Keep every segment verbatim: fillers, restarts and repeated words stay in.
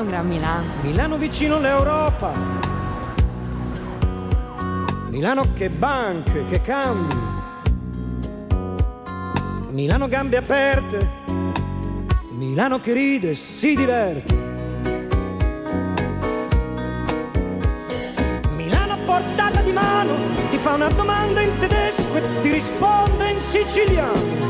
un gran Milano. Milano vicino all'Europa. Milano che banche, che cambi. Milano gambe aperte. Milano che ride e si diverte. Milano a portata di mano, ti fa una domanda in tedesco e ti risponde in siciliano.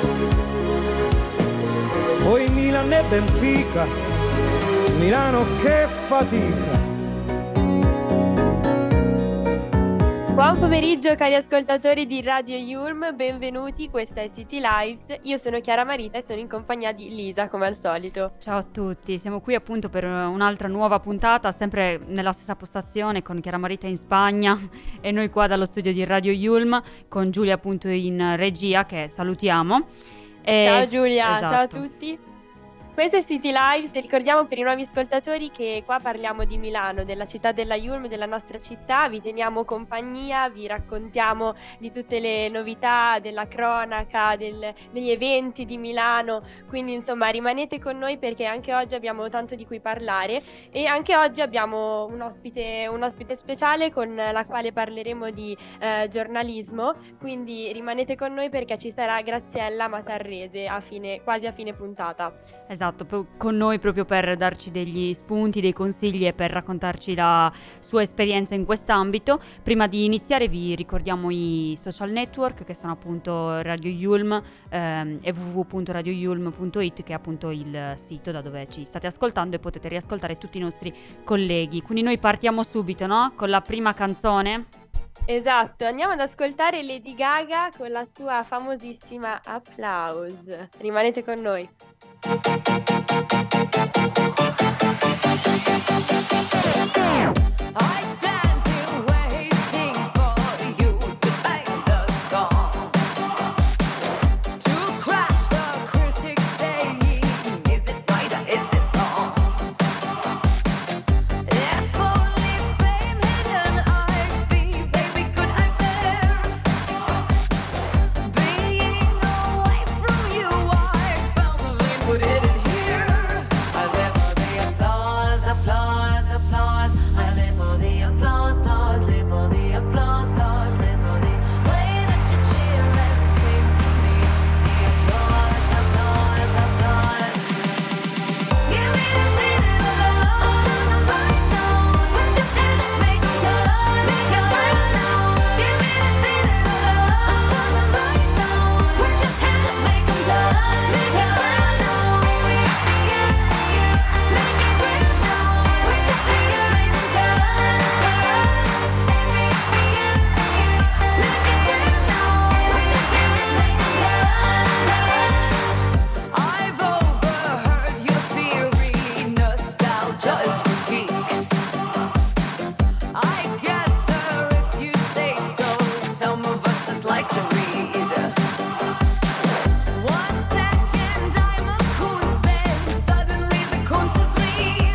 Poi Milano e Benfica, Milano che fatica. Buon pomeriggio cari ascoltatori di Radio Yulm, benvenuti, questa è City Lives, io sono Chiara Marita e sono in compagnia di Lisa come al solito. Ciao a tutti, siamo qui appunto per un'altra nuova puntata, sempre nella stessa postazione con Chiara Marita in Spagna e noi qua dallo studio di Radio Yulm con Giulia appunto in regia che salutiamo. E... Ciao Giulia, esatto. Ciao a tutti. Questa è City Lives e ricordiamo per i nuovi ascoltatori che qua parliamo di Milano, della città della Yulm, della nostra città, vi teniamo compagnia, vi raccontiamo di tutte le novità, della cronaca, del, degli eventi di Milano, quindi insomma rimanete con noi perché anche oggi abbiamo tanto di cui parlare e anche oggi abbiamo un ospite, un ospite speciale con la quale parleremo di eh, giornalismo, quindi rimanete con noi perché ci sarà Graziella Matarrese a fine, quasi a fine puntata. Esatto, con noi proprio per darci degli spunti, dei consigli e per raccontarci la sua esperienza in quest'ambito. Prima di iniziare vi ricordiamo i social network che sono appunto Radio Yulm ehm, e w w w punto radio yulm punto i t che è appunto il sito da dove ci state ascoltando e potete riascoltare tutti i nostri colleghi. Quindi noi partiamo subito, no? Con la prima canzone. Esatto, andiamo ad ascoltare Lady Gaga con la sua famosissima Applause. Rimanete con noi. I stand here waiting for you to bang the gong, to crash the critics saying, is it right or is it wrong? If only fame hidden I'd be, baby, could I bear being away from you? I firmly put it in here. I live for the applause, applause, applause. I live for the applause, applause, live for the applause, applause, live for the way that you cheer and scream for me. The applause, applause, applause. Give me the minute alone, turn the lights on, put your hands up, make them turn, make your light down. Give me the minute alone, turn the lights on, put your hands up, make them turn, make your light down. Yeah, yeah, make it real now, put your hands up, make them turn, I've overheard your theory, nostalgia is for geeks. I guess, sir, if you say so, some of us just like to read. One second I'm a coons, then suddenly the coons is me.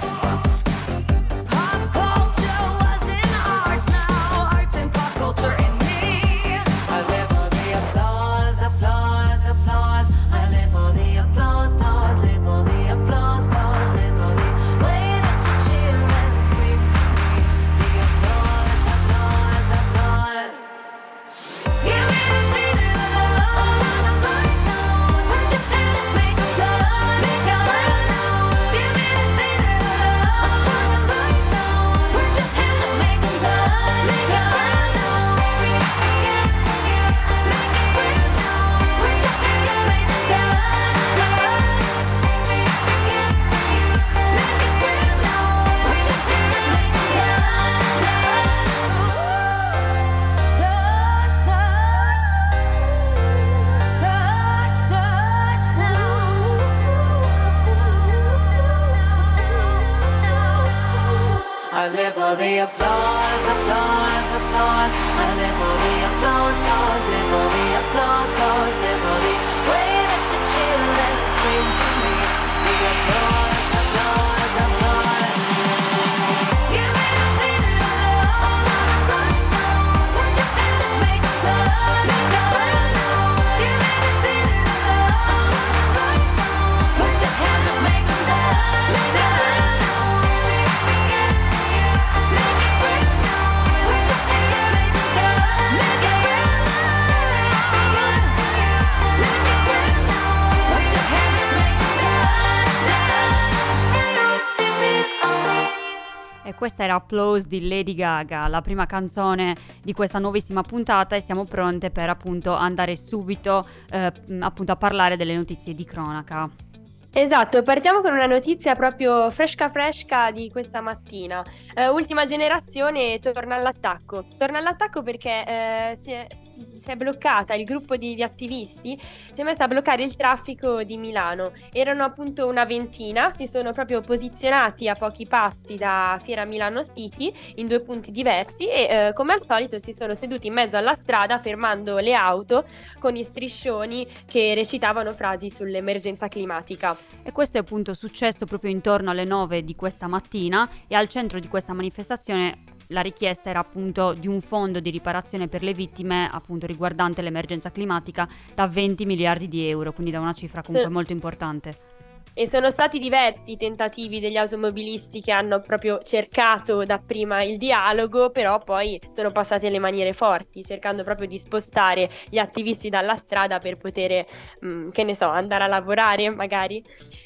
Pop culture was in art, now art and pop culture in me. I live for the applause, applause, applause. I live for the applause, applause, live for the applause, applause, live for the way that you cheer and scream for me. The applause, applause, applause. Give me the minute alone, turn the lights on, put your hands up, make them turn, make your light down. Give me the minute alone, turn the lights on, put your hands up, make them turn, make your light down. Yeah, yeah, make it real now, put your hands up, make them turn, turn. Yeah, yeah, make it real now, put your hands up, make them turn, touch, touch, touch, touch now. I live for the applause, applause, applause. I live for the applause, applause, live for the applause, applause, live for the way that you cheer and scream for me. The applause, applause, applause. Give me the minute alone, turn the lights on, put your hands up, make them turn, make your light down. Give me the minute alone, turn the lights on, put your hands up, make them turn, make your light down. questa era Applause di Lady Gaga, la prima canzone di questa nuovissima puntata, e siamo pronte per appunto andare subito eh, appunto a parlare delle notizie di cronaca. Esatto, partiamo con una notizia proprio fresca fresca di questa mattina. Eh, ultima generazione torna all'attacco. Torna all'attacco perché eh, si, è, si è bloccata, il gruppo di, di attivisti si è messo a bloccare il traffico di Milano. Erano appunto una ventina, si sono proprio posizionati a pochi passi da Fiera Milano City in due punti diversi e eh, come al solito si sono seduti in mezzo alla strada fermando le auto con i striscioni che recitavano frasi sull'emergenza climatica. E questo è appunto successo proprio intorno alle nove di questa mattina, e al centro di questa manifestazione la richiesta era appunto di un fondo di riparazione per le vittime appunto riguardante l'emergenza climatica da venti miliardi di euro, quindi da una cifra comunque Sì. molto importante. E sono stati diversi i tentativi degli automobilisti che hanno proprio cercato dapprima il dialogo, però poi sono passati alle maniere forti, cercando proprio di spostare gli attivisti dalla strada per poter, mh, che ne so, andare a lavorare magari.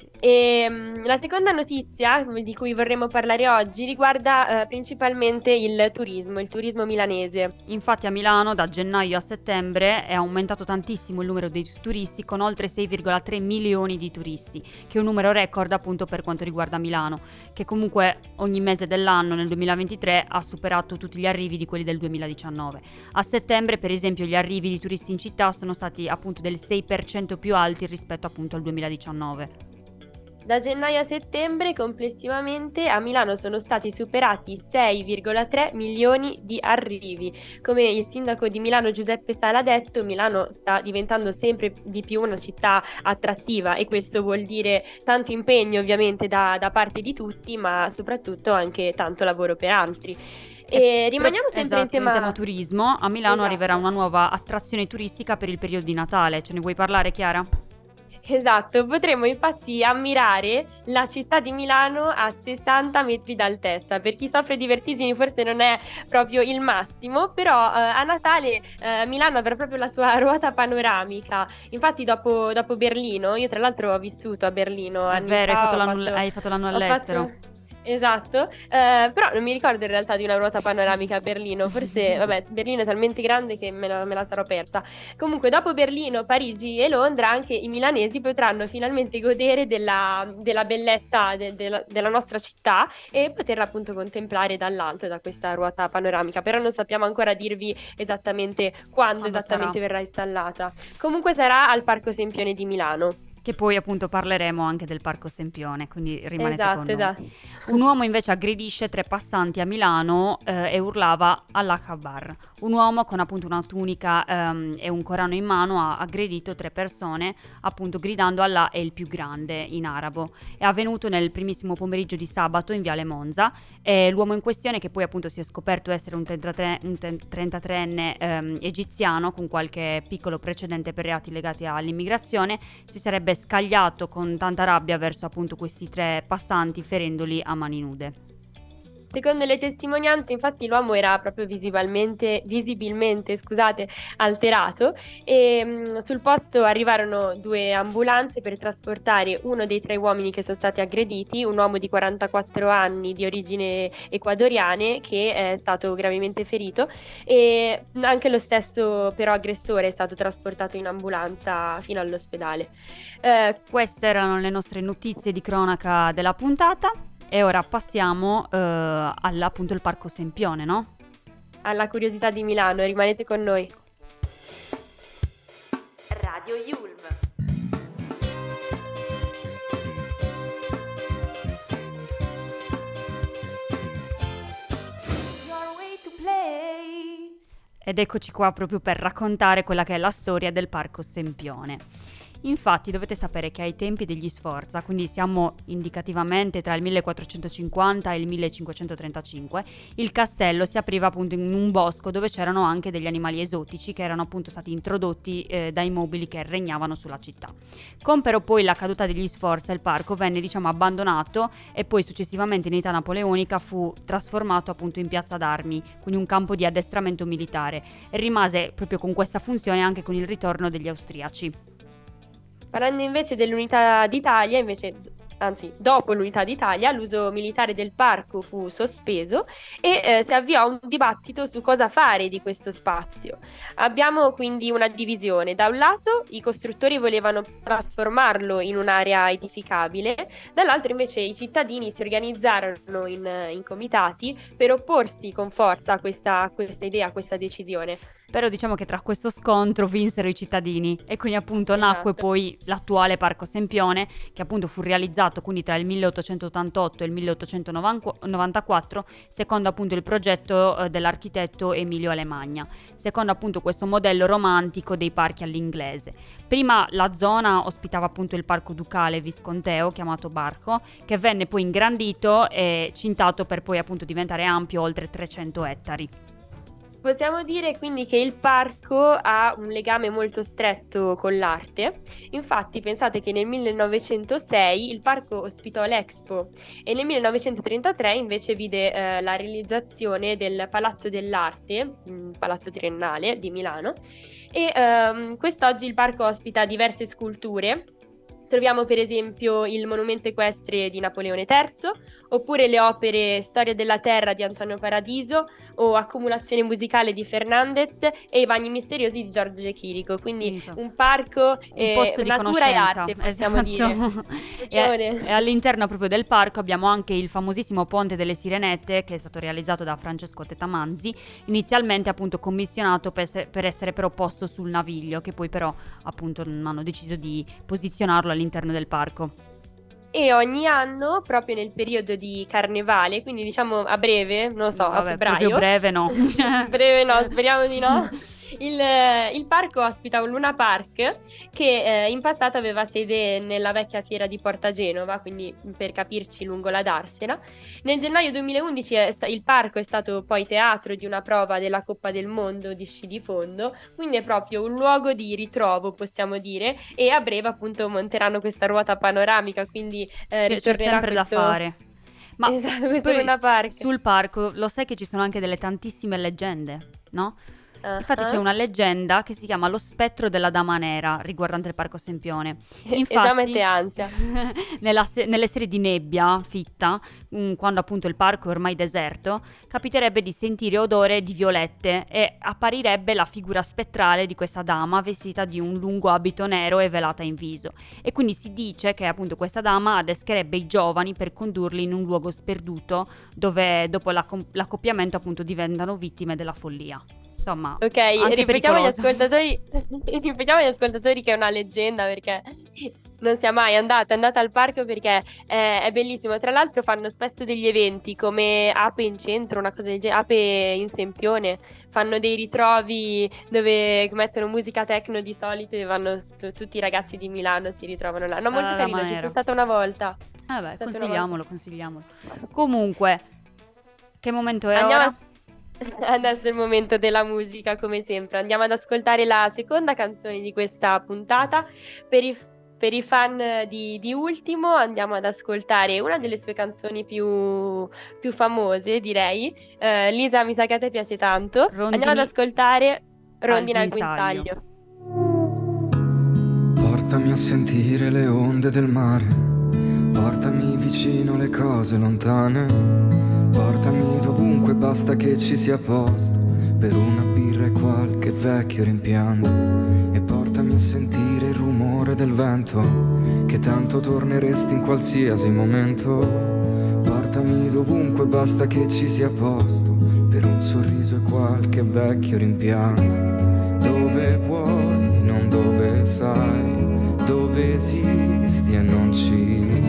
E mh, la seconda notizia di cui vorremmo parlare oggi riguarda eh, principalmente il turismo, il turismo milanese. Infatti a Milano da gennaio a settembre è aumentato tantissimo il numero dei turisti, con oltre sei virgola tre milioni di turisti, che è un numero record appunto per quanto riguarda Milano, che comunque ogni mese dell'anno nel duemilaventitré ha superato tutti gli arrivi di quelli del duemiladiciannove. A settembre per esempio gli arrivi di turisti in città sono stati appunto del sei per cento più alti rispetto appunto al duemiladiciannove. Da gennaio a settembre complessivamente a Milano sono stati superati sei virgola tre milioni di arrivi. Come il sindaco di Milano Giuseppe Sala ha detto, Milano sta diventando sempre di più una città attrattiva, e questo vuol dire tanto impegno ovviamente da, da parte di tutti, ma soprattutto anche tanto lavoro per altri. E rimaniamo Pro- sempre esatto, in tema... in tema turismo. A Milano Esatto. arriverà una nuova attrazione turistica per il periodo di Natale. Ce ne vuoi parlare, Chiara? Esatto, potremo infatti ammirare la città di Milano a sessanta metri d'altezza. Per chi soffre di vertigini forse non è proprio il massimo, però eh, a Natale eh, Milano avrà proprio la sua ruota panoramica. Infatti dopo, dopo Berlino, io tra l'altro ho vissuto a Berlino È anni vero, hai fa, fatto, ho l'anno, fatto- hai fatto l'anno ho all'estero. fatto- Esatto, eh, però non mi ricordo in realtà di una ruota panoramica a Berlino, forse, vabbè, Berlino è talmente grande che me la, me la sarò persa. Comunque, dopo Berlino, Parigi e Londra, anche i milanesi potranno finalmente godere della, della bellezza de- della, della nostra città e poterla appunto contemplare dall'alto, da questa ruota panoramica. Però non sappiamo ancora dirvi esattamente quando, Quando esattamente sarà. verrà installata. Comunque sarà al Parco Sempione di Milano. Che poi appunto parleremo anche del Parco Sempione, quindi rimanete Esatto, con noi. esatto. Un uomo invece aggredisce tre passanti a Milano eh, e urlava Allah Akbar. Un uomo con appunto una tunica ehm, e un Corano in mano ha aggredito tre persone, appunto gridando Allah è il più grande in arabo. È avvenuto nel primissimo pomeriggio di sabato in Viale Monza, e l'uomo in questione, che poi appunto si è scoperto essere un trentatré un trentatreenne ehm, egiziano con qualche piccolo precedente per reati legati all'immigrazione, si sarebbe scagliato con tanta rabbia verso appunto questi tre passanti, ferendoli a mani nude. Secondo le testimonianze, infatti, l'uomo era proprio visibilmente, visibilmente, scusate, alterato, e mh, sul posto arrivarono due ambulanze per trasportare uno dei tre uomini che sono stati aggrediti, un uomo di quarantaquattro anni di origine ecuadoriane che è stato gravemente ferito, e anche lo stesso però aggressore è stato trasportato in ambulanza fino all'ospedale. Eh, Queste erano le nostre notizie di cronaca della puntata. E ora passiamo eh, all'appunto il Parco Sempione, no? alla curiosità di Milano, rimanete con noi. Radio Yulm. Ed eccoci qua proprio per raccontare quella che è la storia del Parco Sempione. Infatti dovete sapere che ai tempi degli Sforza, quindi siamo indicativamente tra il millequattrocentocinquanta e il millecinquecentotrentacinque, il castello si apriva appunto in un bosco dove c'erano anche degli animali esotici che erano appunto stati introdotti eh, dai mobili che regnavano sulla città. Con però poi la caduta degli Sforza il parco venne diciamo abbandonato e poi successivamente in età napoleonica fu trasformato appunto in piazza d'armi, quindi un campo di addestramento militare, e rimase proprio con questa funzione anche con il ritorno degli austriaci. Parlando invece dell'Unità d'Italia, invece anzi dopo l'Unità d'Italia, l'uso militare del parco fu sospeso e eh, si avviò un dibattito su cosa fare di questo spazio. Abbiamo quindi una divisione. Da un lato i costruttori volevano trasformarlo in un'area edificabile, dall'altro invece i cittadini si organizzarono in, in comitati per opporsi con forza a questa, a questa idea, a questa decisione. Però diciamo che tra questo scontro vinsero i cittadini e quindi appunto nacque Esatto. poi l'attuale Parco Sempione, che appunto fu realizzato quindi tra il milleottocentottantotto e il milleottocentonovantaquattro, secondo appunto il progetto eh, dell'architetto Emilio Alemagna, secondo appunto questo modello romantico dei parchi all'inglese. Prima la zona ospitava appunto il parco ducale visconteo, chiamato Barco, che venne poi ingrandito e cintato per poi appunto diventare ampio oltre trecento ettari. Possiamo dire quindi che il parco ha un legame molto stretto con l'arte. Infatti pensate che nel millenovecentosei il parco ospitò l'Expo e nel millenovecentotrentatré invece vide eh, la realizzazione del Palazzo dell'Arte, mh, Palazzo Triennale di Milano, e ehm, quest'oggi il parco ospita diverse sculture. Troviamo per esempio il monumento equestre di Napoleone terzo, oppure le opere Storia della Terra di Antonio Paradiso o Accumulazione musicale di Fernandez e I bagni misteriosi di Giorgio De Chirico. Quindi Esatto. un parco, Un eh, pozzo di natura e conoscenza, arte, possiamo esatto. dire. e, e all'interno proprio del parco abbiamo anche il famosissimo Ponte delle Sirenette, che è stato realizzato da Francesco Tetamanzi, inizialmente appunto commissionato per, se- per essere però posto sul Naviglio, che poi però appunto hanno deciso di posizionarlo all'interno del parco. E ogni anno, proprio nel periodo di carnevale, quindi diciamo a breve, non lo so, Vabbè, a febbraio. proprio breve no. Breve no, speriamo di no. Il, il parco ospita un Luna Park che eh, in passato aveva sede nella vecchia fiera di Porta Genova, quindi per capirci lungo la Darsena. Nel gennaio duemilaundici è sta- il parco è stato poi teatro di una prova della Coppa del Mondo di sci di fondo, quindi è proprio un luogo di ritrovo, possiamo dire, e a breve appunto monteranno questa ruota panoramica, quindi eh, C'è, c'è ritornerà sempre questo... da fare. Ma Esatto, questo poi Luna Park. sul parco lo sai che ci sono anche delle tantissime leggende, no? Infatti Ah, c'è una leggenda che si chiama Lo spettro della Dama Nera riguardante il Parco Sempione. E già mette ansia. nella se- nelle serie di nebbia fitta, mh, quando appunto il parco è ormai deserto, capiterebbe di sentire odore di violette e apparirebbe la figura spettrale di questa dama vestita di un lungo abito nero e velata in viso. E quindi si dice che appunto questa dama adescherebbe i giovani per condurli in un luogo sperduto dove dopo l'accom- l'accoppiamento appunto diventano vittime della follia. Insomma, Ok, anche ripetiamo agli pericoloso. ascoltatori ripetiamo agli ascoltatori che è una leggenda, perché non sia mai andata, è andata al parco perché è, è bellissimo. Tra l'altro fanno spesso degli eventi come Ape in centro, una cosa del genere, Ape in Sempione. Fanno dei ritrovi dove mettono musica techno di solito e vanno t- tutti i ragazzi di Milano si ritrovano là. No, molto Ah, carino, la ci maniera. sono stata una volta. Eh beh, stata una consigliamolo, consigliamolo. Comunque, che momento è Andiamo ora? Adesso è il momento della musica, come sempre. Andiamo ad ascoltare la seconda canzone di questa puntata. Per i, per i fan di, di Ultimo andiamo ad ascoltare una delle sue canzoni più, più famose, direi. Eh, Lisa, mi sa che a te piace tanto. Rondini Andiamo ad ascoltare Rondine al al guinzaglio. Portami a sentire le onde del mare, portami vicino le cose lontane, portami dovunque, basta che ci sia posto per una birra e qualche vecchio rimpianto, e portami a sentire il rumore del vento, che tanto torneresti in qualsiasi momento. Portami dovunque, basta che ci sia posto per un sorriso e qualche vecchio rimpianto. Dove vuoi, non dove sai, dove esisti e non ci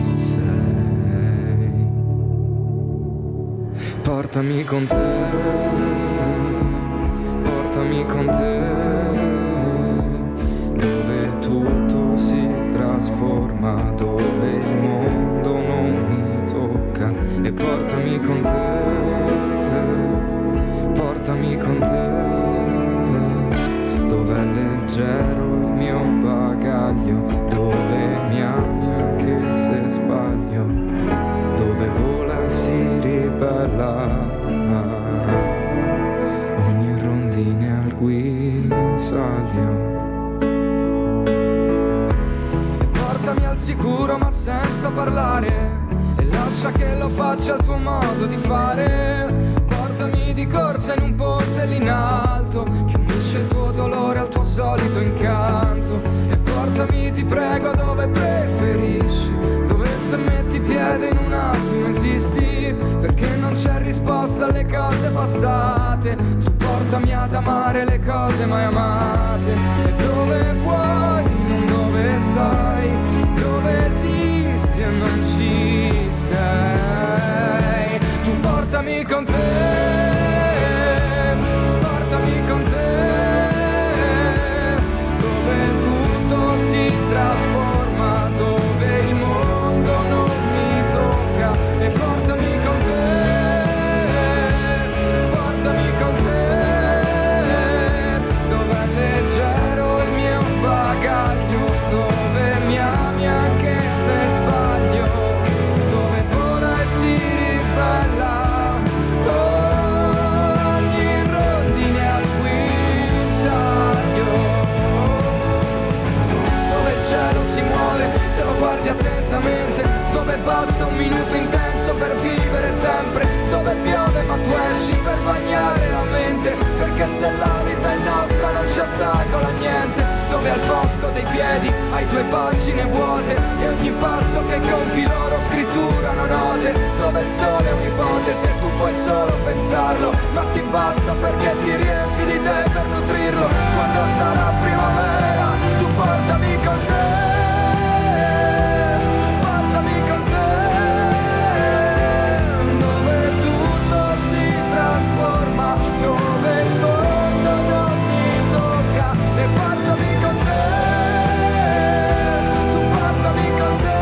sei. Portami con te, portami con te, dove tutto si trasforma, dove il mondo non mi tocca. E portami con te, portami con te, dove è leggero il mio bagaglio, dove mi ami anche se sbaglio, dove vola e si ribella ogni rondine al guinzaglio. E portami al sicuro ma senza parlare e lascia che lo faccia al tuo modo di fare. Portami di corsa in un ponte lì in alto che unisce il tuo dolore al tuo solito incanto. E portami, ti prego, dove preferisci, dove se metti piede in un attimo esisti, perché non c'è risposta alle cose passate. Tu portami ad amare le cose mai amate. E dove vuoi, non dove sai, dove esisti e non ci sei. Tu portami con te, portami con te, dove tutto si trasforma, dove il mondo non mi tocca. E portami con te, portami con te, dove è leggero il mio bagaglio, dove mi ami anche se sbaglio, dove vola e si ribella ogni rondine al guinzaglio, dove il cielo si muove se lo guardi attentamente, dove basta un minuto intenso per vivere sempre, dove piove ma tu esci per bagnare la mente, perché se la vita è nostra non ci ostacola niente, dove al posto dei piedi hai due pagine vuote e ogni passo che compi loro scritturano note, dove il sole è un'ipotesi e tu puoi solo pensarlo, ma ti basta perché ti riempi di te per nutrirlo. Quando sarà primavera tu portami con te, portami con te, dove tutto si trasforma, dove il mondo non mi tocca. E portami con te, tu portami con te,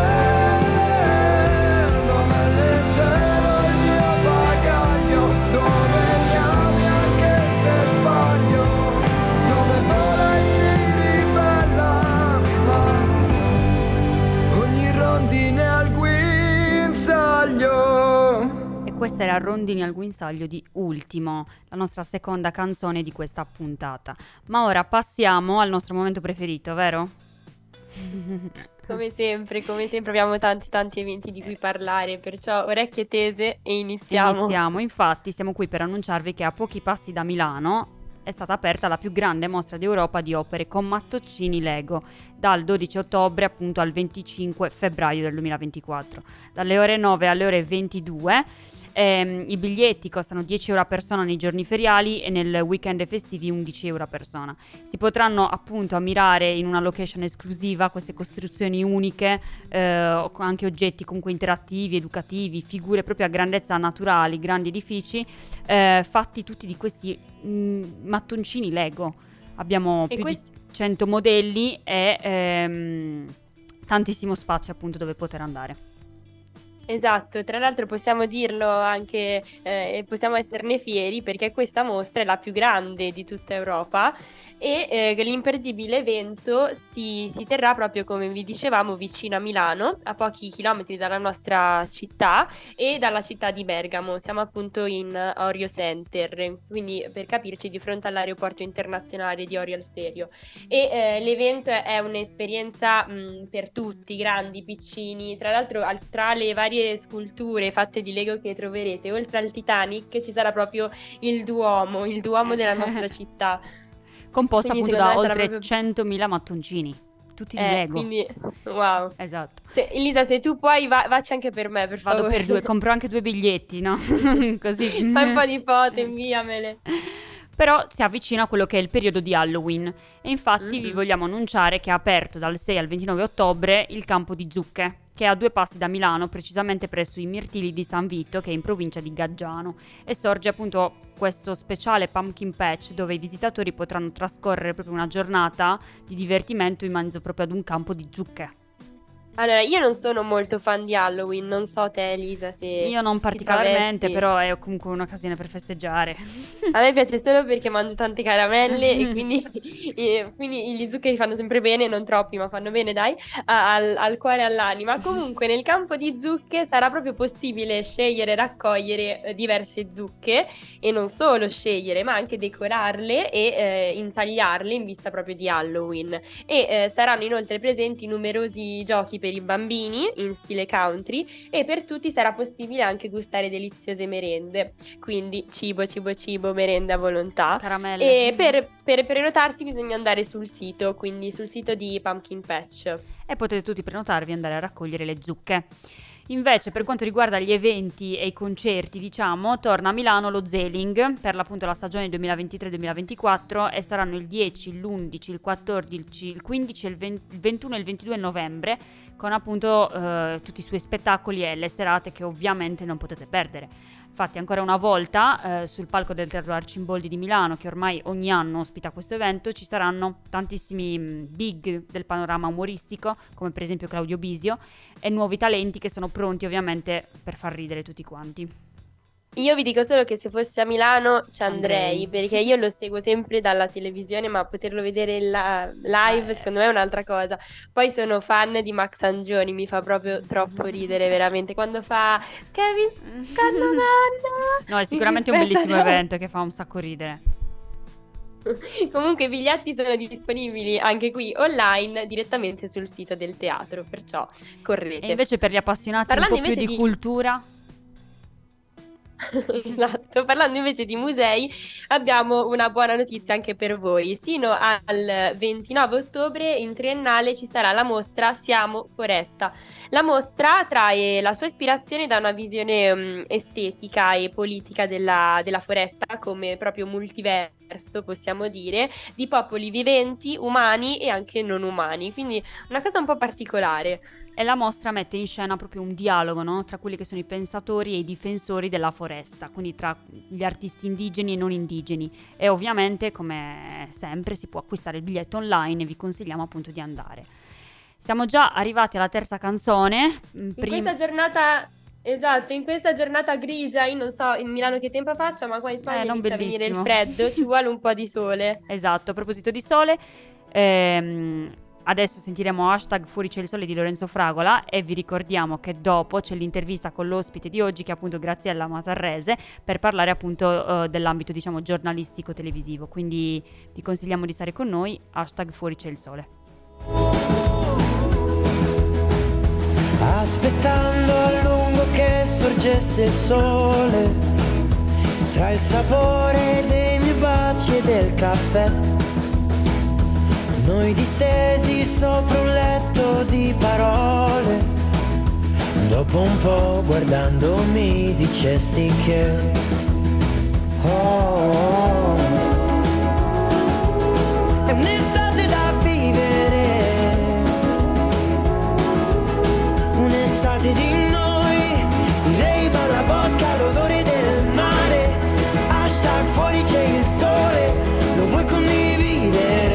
dove è leggero il mio bagaglio, dove mi ami anche se sbaglio, dove vola e si ribella ogni rondine al guinzaglio. E questa era Rondini al guinzaglio di Ultimo, la nostra seconda canzone di questa puntata. Ma ora passiamo al nostro momento preferito, vero? Come sempre, come sempre abbiamo tanti tanti eventi di cui parlare, perciò orecchie tese e iniziamo. Iniziamo, infatti siamo qui per annunciarvi che a pochi passi da Milano è stata aperta la più grande mostra d'Europa di opere con mattoncini Lego, dal dodici ottobre appunto al venticinque febbraio del duemilaventiquattro, dalle ore nove alle ore ventidue. Ehm, I biglietti costano dieci euro a persona nei giorni feriali e nel weekend e festivi undici euro a persona. Si potranno appunto ammirare in una location esclusiva queste costruzioni uniche, eh, anche oggetti comunque interattivi, educativi, figure proprio a grandezza naturali, grandi edifici, eh, fatti tutti di questi mh, mattoncini Lego. Abbiamo E più questi- di cento modelli e ehm, tantissimo spazio appunto dove poter andare. Esatto, tra l'altro possiamo dirlo anche, eh, e possiamo esserne fieri perché questa mostra è la più grande di tutta Europa e eh, l'imperdibile evento si, si terrà proprio come vi dicevamo vicino a Milano, a pochi chilometri dalla nostra città e dalla città di Bergamo. Siamo appunto in Orio Center, quindi per capirci di fronte all'aeroporto internazionale di Orio al Serio. E eh, l'evento è un'esperienza mh, per tutti, grandi, piccini. Tra l'altro al- tra le varie sculture fatte di Lego che troverete, oltre al Titanic ci sarà proprio il Duomo, il Duomo della nostra città. Composta Quindi appunto da secondo me sarà oltre proprio- centomila mattoncini, tutti di Eh, Lego. quindi wow. Esatto. Se- Elisa, se tu puoi va- vacci anche per me, per Vado favore. per due, compro anche due biglietti, no? Così. Fai un po' di foto, inviamele. Però si avvicina a quello che è il periodo di Halloween e infatti vi Mhm. vogliamo annunciare che è aperto dal sei al ventinove ottobre il campo di zucche, che è a due passi da Milano, precisamente presso i Mirtili di San Vito, che è in provincia di Gaggiano, e sorge appunto questo speciale pumpkin patch dove i visitatori potranno trascorrere proprio una giornata di divertimento in mezzo proprio ad un campo di zucche. Allora, io non sono molto fan di Halloween, non so te Elisa se Io non ti particolarmente, travesti. però è comunque un'occasione per festeggiare. A me piace solo perché mangio tante caramelle e quindi, e quindi gli zuccheri fanno sempre bene, non troppi ma fanno bene dai, a- al, al cuore e all'anima. Comunque nel campo di zucche sarà proprio possibile scegliere e raccogliere eh, diverse zucche e non solo scegliere ma anche decorarle e eh, intagliarle in vista proprio di Halloween. E eh, saranno inoltre presenti numerosi giochi per i bambini in stile country e per tutti sarà possibile anche gustare deliziose merende, quindi cibo, cibo, cibo, merende a volontà. Caramelle. E per, per prenotarsi bisogna andare sul sito, quindi sul sito di Pumpkin Patch. E potete tutti prenotarvi e andare a raccogliere le zucche. Invece per quanto riguarda gli eventi e i concerti, diciamo, torna a Milano lo Zelig per l'appunto la stagione duemilaventitré duemilaventiquattro e saranno il dieci, l'undici, il quattordici, il quindici, il ventuno e il ventidue novembre con appunto eh, tutti i suoi spettacoli e le serate che ovviamente non potete perdere. Infatti ancora una volta eh, sul palco del Teatro Arcimboldi di Milano, che ormai ogni anno ospita questo evento, ci saranno tantissimi mh, big del panorama umoristico, come per esempio Claudio Bisio, e nuovi talenti che sono pronti ovviamente per far ridere tutti quanti. Io vi dico solo che se fossi a Milano ci andrei, Andrei. perché io lo seguo sempre dalla televisione, ma poterlo vedere la- live Eh. secondo me è un'altra cosa. Poi sono fan di Max Angioni, mi fa proprio troppo ridere veramente quando fa Kevin Scannavano. No, è sicuramente un bellissimo evento che fa un sacco ridere. Comunque i biglietti sono disponibili anche qui online direttamente sul sito del teatro, perciò correte. E invece per gli appassionati Parlando un po' più invece di di- cultura, Esatto, parlando invece di musei, abbiamo una buona notizia anche per voi. Sino al ventinove ottobre in Triennale ci sarà la mostra Siamo Foresta. La mostra trae la sua ispirazione da una visione mm, estetica e politica della, della foresta come proprio multiverso, possiamo dire, di popoli viventi, umani e anche non umani. Quindi una cosa un po' particolare. e la mostra mette in scena proprio un dialogo, no? Tra quelli che sono i pensatori e i difensori della foresta, quindi tra gli artisti indigeni e non indigeni. E ovviamente, come sempre, si può acquistare il biglietto online e vi consigliamo appunto di andare. Siamo già arrivati alla terza canzone. In Prim- questa giornata, esatto, in questa giornata grigia, io non so in Milano che tempo faccia, ma qua in Spagna Eh, non inizia a venire il bellissimo. freddo, ci vuole un po' di sole. Esatto, a proposito di sole, ehm, adesso sentiremo hashtag Fuori c'è il sole di Lorenzo Fragola e vi ricordiamo che dopo c'è l'intervista con l'ospite di oggi, che è appunto Graziella Matarrese, per parlare appunto eh, dell'ambito diciamo giornalistico televisivo, quindi vi consigliamo di stare con noi, hashtag Fuori c'è il sole. Aspettando a lungo che sorgesse il sole, tra il sapore dei miei baci e del caffè, noi distesi sopra un letto di parole, dopo un po' guardandomi dicesti che oh, oh, è un'estate da vivere, un'estate di noi, il Ray-Ban, la vodka, l'odore del mare, hashtag fuori c'è il sole, lo vuoi condividere?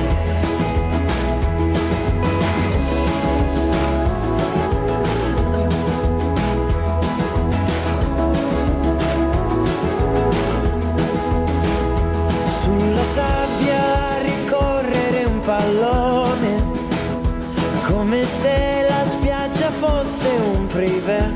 Sulla sabbia a ricorrere un pallone, come se la spiaggia fosse un privé,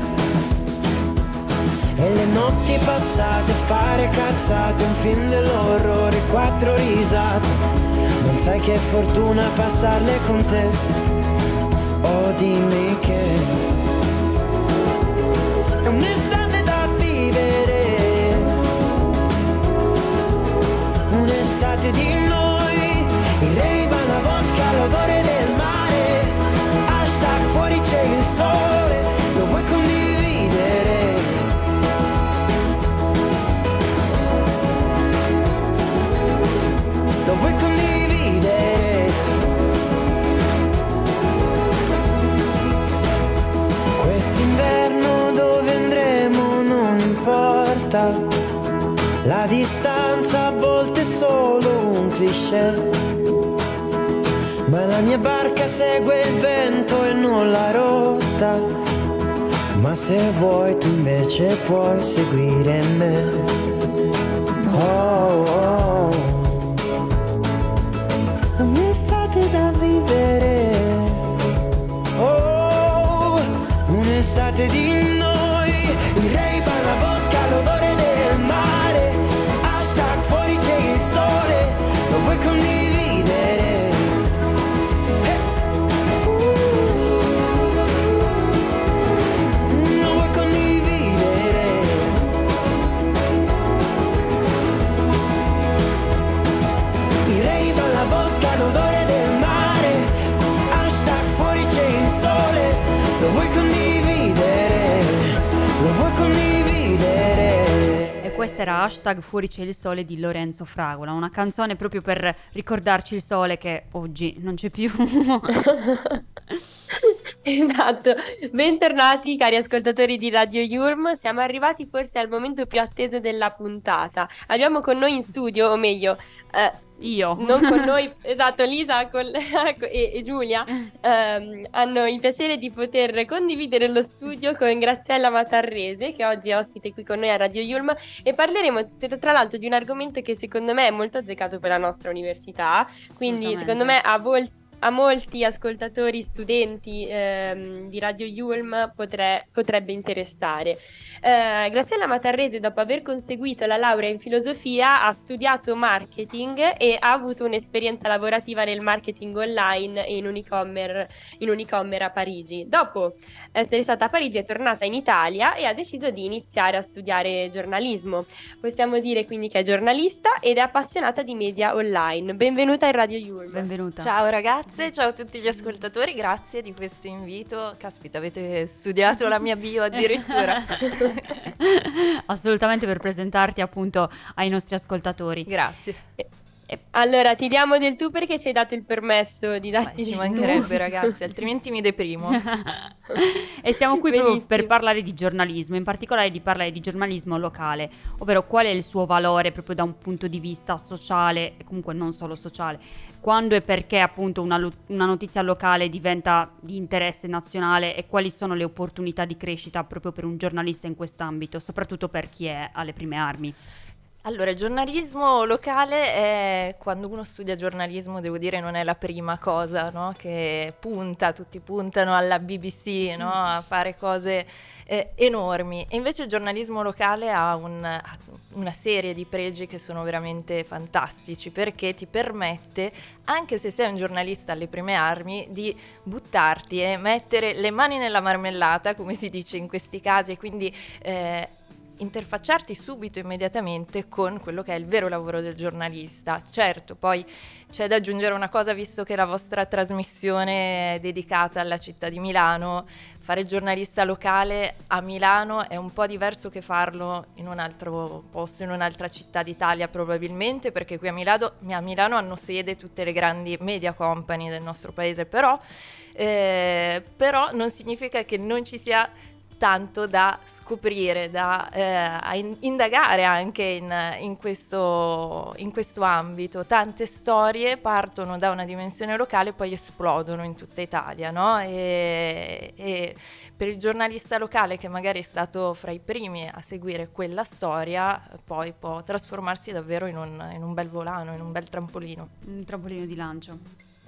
e le notti passate a fare cazzate, un film dell'orrore, quattro risate, non sai che fortuna passarle con te, oh dimmi che è un'estate da vivere, un'estate di noi, il Ray-Ban, la vodka, l'odore del mare, hashtag fuori c'è il sole, lo vuoi condividere? Lo vuoi condividere? Quest'inverno dove andremo non importa, la distanza a volte è solo un cliché, ma la mia barca segue il vento e non la rotta, ma se vuoi tu invece puoi seguire me. Oh, oh. Un'estate da vivere, oh, un'estate di noi, il Ray-Ban, la vodka, l'odore del mare, hashtag fuori c'è il sole, lo vuoi condividere? Eh. Uh. lo vuoi condividere, lo vuoi condividere. E questa era hashtag Fuori c'è il sole di Lorenzo Fragola, una canzone proprio per ricordarci il sole che oggi non c'è più. Esatto, bentornati cari ascoltatori di Radio Yulm, siamo arrivati forse al momento più atteso della puntata. Abbiamo con noi in studio, o meglio, eh, Io. non con noi, esatto, Lisa con- e, e Giulia ehm, hanno il piacere di poter condividere lo studio con Graziella Matarrese, che oggi è ospite qui con noi a Radio Yulm, e parleremo tra tra l'altro di un argomento che secondo me è molto azzeccato per la nostra università, quindi Assolutamente. secondo me a vol- a molti ascoltatori, studenti ehm, di Radio Yulm potre- potrebbe interessare. Eh, Graziella Matarrese, dopo aver conseguito la laurea in filosofia, ha studiato marketing e ha avuto un'esperienza lavorativa nel marketing online e in un e-commerce, in un e-commerce a Parigi. Dopo essere stata a Parigi è tornata in Italia e ha deciso di iniziare a studiare giornalismo. Possiamo dire quindi che è giornalista ed è appassionata di media online. Benvenuta in Radio Yulm. Benvenuta. Ciao ragazze, ciao a tutti gli ascoltatori, grazie di questo invito. Caspita, avete studiato la mia bio addirittura. Assolutamente, per presentarti appunto ai nostri ascoltatori. Grazie. Allora, ti diamo del tu perché ci hai dato il permesso di Ma darti ci del mancherebbe tu. ragazzi, altrimenti mi deprimo. E siamo qui proprio Benissimo. per parlare di giornalismo, in particolare di parlare di giornalismo locale, ovvero qual è il suo valore proprio da un punto di vista sociale e comunque non solo sociale, quando e perché appunto una, lo- una notizia locale diventa di interesse nazionale e quali sono le opportunità di crescita proprio per un giornalista in quest'ambito, soprattutto per chi è alle prime armi. Allora, il giornalismo locale è, quando uno studia giornalismo, devo dire, non è la prima cosa, no? Che punta, tutti puntano alla B B C, no? A fare cose eh, enormi. E invece il giornalismo locale ha un- ha una serie di pregi che sono veramente fantastici, perché ti permette, anche se sei un giornalista alle prime armi, di buttarti e mettere le mani nella marmellata, come si dice in questi casi, e quindi eh, interfacciarti subito, immediatamente, con quello che è il vero lavoro del giornalista. Certo, poi c'è da aggiungere una cosa, visto che la vostra trasmissione è dedicata alla città di Milano. Fare il giornalista locale a Milano è un po' diverso che farlo in un altro posto, in un'altra città d'Italia probabilmente, perché qui a Milano, a Milano hanno sede tutte le grandi media company del nostro paese, però, eh, però non significa che non ci sia tanto da scoprire, da eh, a in- indagare anche in, in questo, in questo ambito. Tante storie partono da una dimensione locale e poi esplodono in tutta Italia, no? E, e per il giornalista locale, che magari è stato fra i primi a seguire quella storia, poi può trasformarsi davvero in un, in un bel volano, in un bel trampolino. Un trampolino di lancio.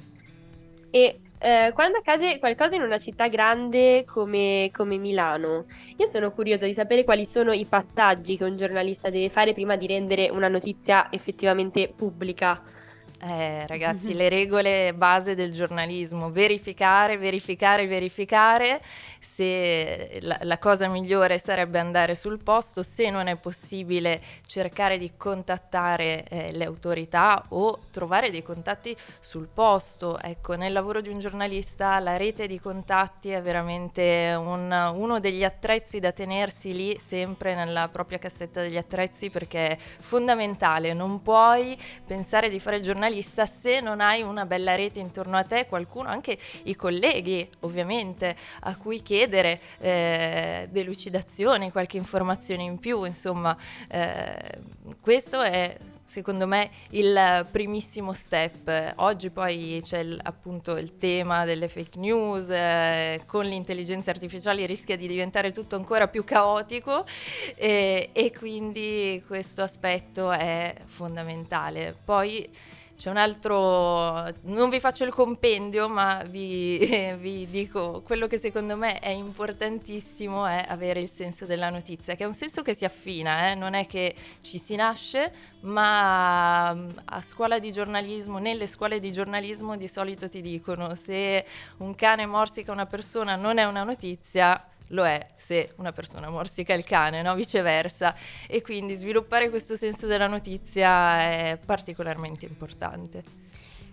E eh, quando accade qualcosa in una città grande come, come Milano, io sono curiosa di sapere quali sono i passaggi che un giornalista deve fare prima di rendere una notizia effettivamente pubblica. Eh, ragazzi, le regole base del giornalismo: verificare, verificare, verificare. Se la, la cosa migliore sarebbe andare sul posto, se non è possibile cercare di contattare eh, le autorità o trovare dei contatti sul posto. Ecco, nel lavoro di un giornalista la rete di contatti è veramente un- uno degli attrezzi da tenersi lì sempre nella propria cassetta degli attrezzi, perché è fondamentale. Non puoi pensare di fare il giornalista se non hai una bella rete intorno a te, qualcuno, anche i colleghi ovviamente, a cui chiedere eh, delucidazioni, qualche informazione in più. Insomma, eh, questo è secondo me il primissimo step. Oggi poi c'è il- appunto il tema delle fake news, eh, con l'intelligenza artificiale rischia di diventare tutto ancora più caotico, e, e quindi questo aspetto è fondamentale. Poi c'è un altro, non vi faccio il compendio, ma vi, vi dico quello che secondo me è importantissimo: è avere il senso della notizia, che è un senso che si affina, eh? Non è che ci si nasce, ma a scuola di giornalismo, nelle scuole di giornalismo di solito ti dicono: se un cane morsica una persona non è una notizia, lo è se una persona morsica il cane, no? Viceversa. E quindi sviluppare questo senso della notizia è particolarmente importante.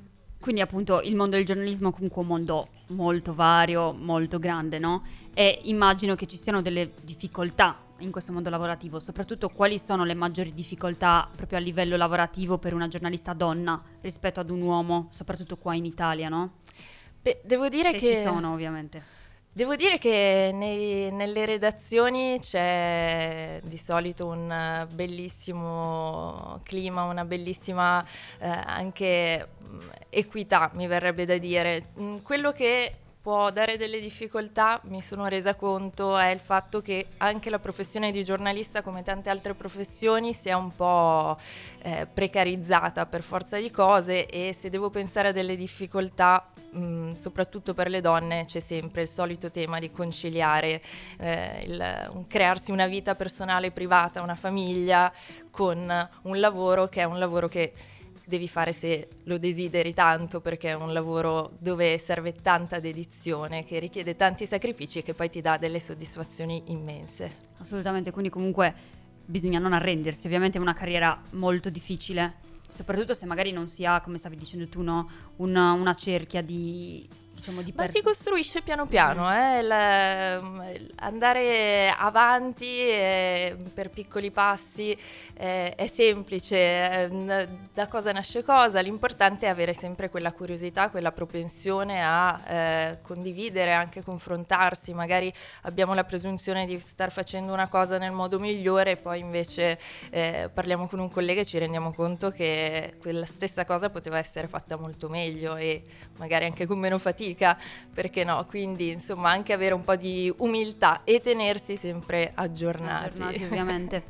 Quindi appunto il mondo del giornalismo è comunque un mondo molto vario, molto grande, no? E immagino che ci siano delle difficoltà in questo mondo lavorativo, soprattutto quali sono le maggiori difficoltà proprio a livello lavorativo per una giornalista donna rispetto ad un uomo, soprattutto qua in Italia, no? Beh, devo dire Se che ci sono, ovviamente. Devo dire che nei- nelle redazioni c'è di solito un eh, bellissimo clima, una bellissima eh, anche mh, equità, mi verrebbe da dire. Mm, Quello che può dare delle difficoltà, mi sono resa conto, è il fatto che anche la professione di giornalista, come tante altre professioni, sia un po' eh, precarizzata per forza di cose, e se devo pensare a delle difficoltà, mh, soprattutto per le donne, c'è sempre il solito tema di conciliare eh, il, un- crearsi una vita personale privata, una famiglia, con un lavoro che è un lavoro che devi fare se lo desideri tanto, perché è un lavoro dove serve tanta dedizione, che richiede tanti sacrifici e che poi ti dà delle soddisfazioni immense. Assolutamente, quindi comunque bisogna non arrendersi, ovviamente è una carriera molto difficile, soprattutto se magari non si ha, come stavi dicendo tu, no, una, una cerchia di, diciamo, di Ma si persone. costruisce piano piano, eh, il- andare avanti eh, per piccoli passi eh, è semplice, eh, n- da cosa nasce cosa, l'importante è avere sempre quella curiosità, quella propensione a eh, condividere, anche confrontarsi. Magari abbiamo la presunzione di star facendo una cosa nel modo migliore e poi invece eh, parliamo con un collega e ci rendiamo conto che quella stessa cosa poteva essere fatta molto meglio e magari anche con meno fatica, perché no? Quindi insomma anche avere un po' di umiltà e tenersi sempre aggiornati. Aggiornati, ovviamente.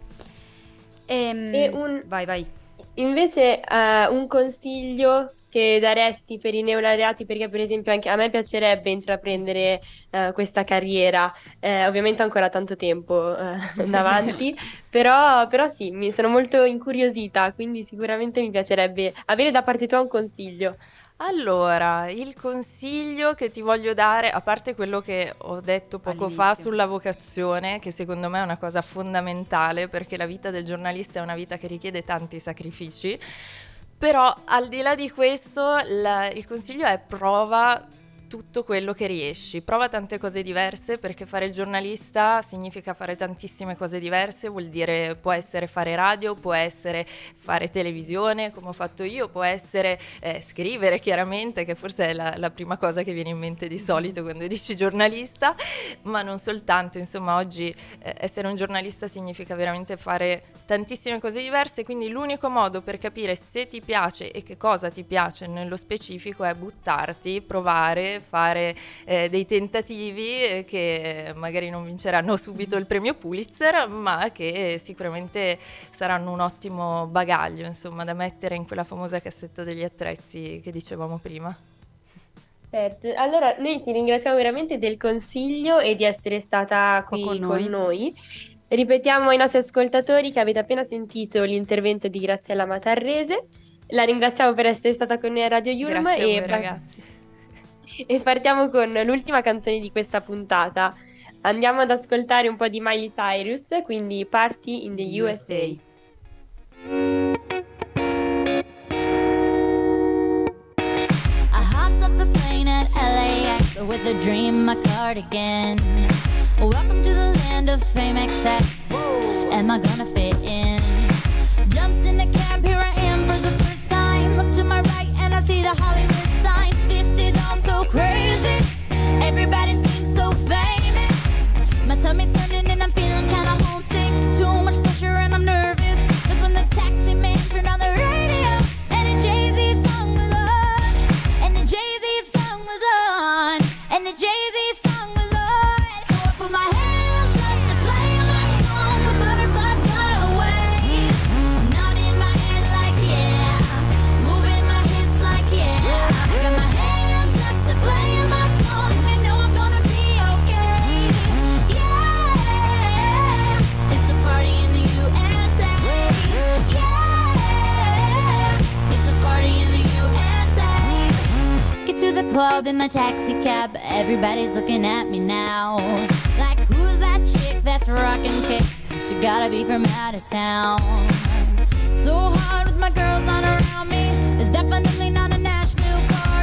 Ehm, E un- Vai, vai. Invece, eh, un consiglio che daresti per i neolaureati, perché per esempio anche a me piacerebbe intraprendere eh, questa carriera, eh, ovviamente ancora tanto tempo eh, davanti, però, però sì, mi sono molto incuriosita, quindi sicuramente mi piacerebbe avere da parte tua un consiglio. Allora, il consiglio che ti voglio dare, a parte quello che ho detto poco fa All'inizio. sulla vocazione, che secondo me è una cosa fondamentale, perché la vita del giornalista è una vita che richiede tanti sacrifici, però al di là di questo la- il consiglio è: prova tutto quello che riesci, prova tante cose diverse, perché fare il giornalista significa fare tantissime cose diverse, vuol dire, può essere fare radio, può essere fare televisione come ho fatto io, può essere eh, scrivere, chiaramente, che forse è la, la prima cosa che viene in mente di solito quando dici giornalista, ma non soltanto. Insomma, oggi eh, essere un giornalista significa veramente fare tantissime cose diverse, quindi l'unico modo per capire se ti piace e che cosa ti piace nello specifico è buttarti, provare, fare eh, dei tentativi eh, che magari non vinceranno subito il premio Pulitzer, ma che sicuramente saranno un ottimo bagaglio, insomma, da mettere in quella famosa cassetta degli attrezzi che dicevamo prima. Certo. Allora, noi ti ringraziamo veramente del consiglio e di essere stata Qua qui con con noi. noi. Ripetiamo ai nostri ascoltatori che avete appena sentito l'intervento di Graziella Matarrese. La ringraziamo per essere stata con noi a Radio Yulm Grazie a e, voi, pa- ragazzi. e partiamo con l'ultima canzone di questa puntata. Andiamo ad ascoltare un po' di Miley Cyrus, quindi Party in the U S A. I hopped off the plane at L A X with a dream, my cardigan. Welcome to the land of fame excess. Am I gonna fit in? Jumped in a cab, here I am for the first time. Look to my right and I see the Hollywood sign. This is all so crazy. Everybody seems so famous. My tummy's turning and I'm feeling kinda homesick. Too much pressure and I'm nervous. That's when the taxi man turned on the radio and a Jay-Z song was on. And the Jay-Z song was on. And the Jay-Z song was on. So I put my hands up to play my song with butterflies fly away. Nodding my head like yeah, moving my hips like yeah. I got my hands up to play my song. I know I'm gonna be okay. Yeah, it's a party in the U S A. Yeah, it's a party in the U S A. Get to the club in my taxi cab, everybody's looking at me now. Like, who's that chick that's rocking kicks? She gotta be from out of town. So hard with my girls on around me, it's definitely not a Nashville party.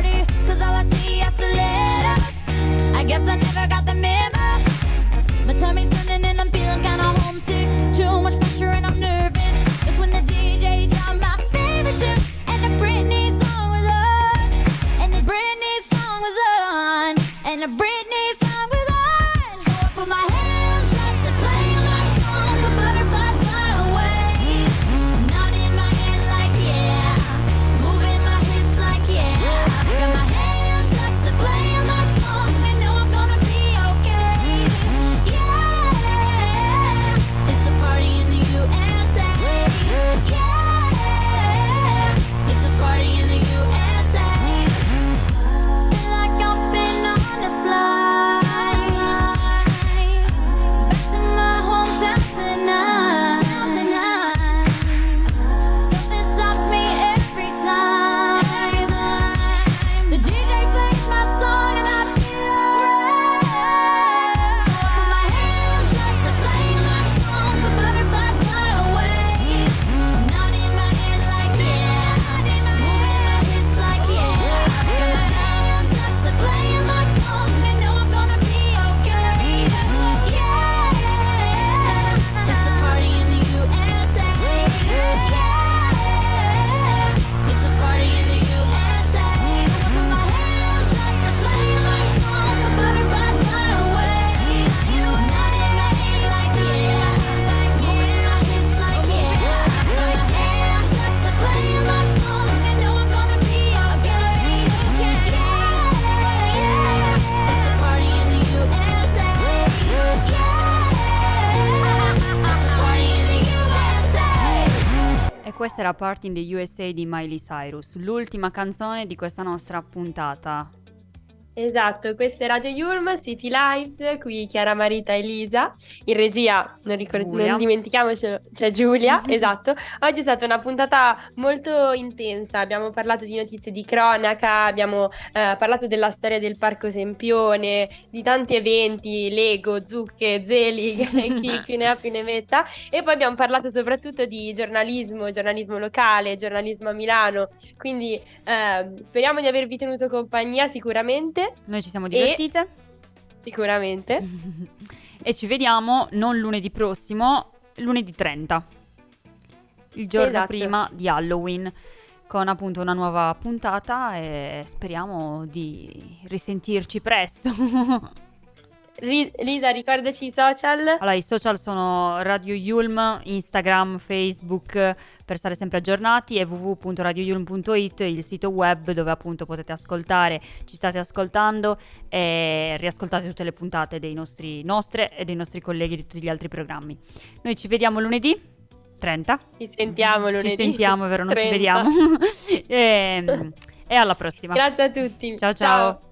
E questa era Part in the U S A di Miley Cyrus, l'ultima canzone di questa nostra puntata. Esatto, questa è Radio Yulm, City Lives, qui Chiara Marita e Elisa, in regia, non, ricord- Giulia. non dimentichiamocelo, c'è Giulia, esatto. Oggi è stata una puntata molto intensa, abbiamo parlato di notizie di cronaca, abbiamo eh, parlato della storia del Parco Sempione, di tanti eventi, Lego, zucche, zeli, chi, chi ne ha più ne metta, e poi abbiamo parlato soprattutto di giornalismo, giornalismo locale, giornalismo a Milano, quindi eh, speriamo di avervi tenuto compagnia sicuramente. Noi ci siamo divertite. Sicuramente. E ci vediamo non lunedì prossimo, lunedì trenta, il giorno Esatto. prima di Halloween, con appunto una nuova puntata e speriamo di risentirci presto. Ri- Lisa, ricordaci i social. Allora, i social sono Radio Yulm, Instagram, Facebook, per stare sempre aggiornati, e w w w punto radio yulm punto i t, il sito web dove appunto potete ascoltare, ci state ascoltando e riascoltate tutte le puntate dei nostri, nostre e dei nostri colleghi di tutti gli altri programmi. Noi ci vediamo lunedì trenta. Ci sentiamo lunedì. Ci sentiamo, è vero, non ci trenta. vediamo. e, e alla prossima. Grazie a tutti. Ciao ciao.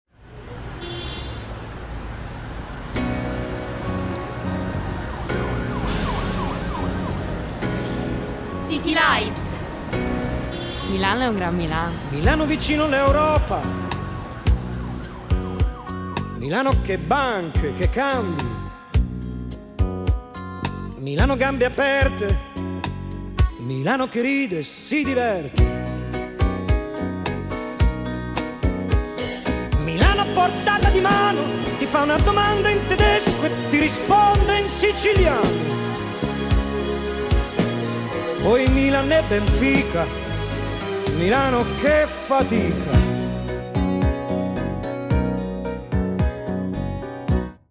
City Lives. Milano è un gran Milano. Milano vicino all'Europa. Milano che banche, che cambi. Milano gambe aperte. Milano che ride e si diverte. Milano a portata di mano, ti fa una domanda in tedesco e ti risponde in siciliano. Poi Milan e Benfica, Milano che fatica.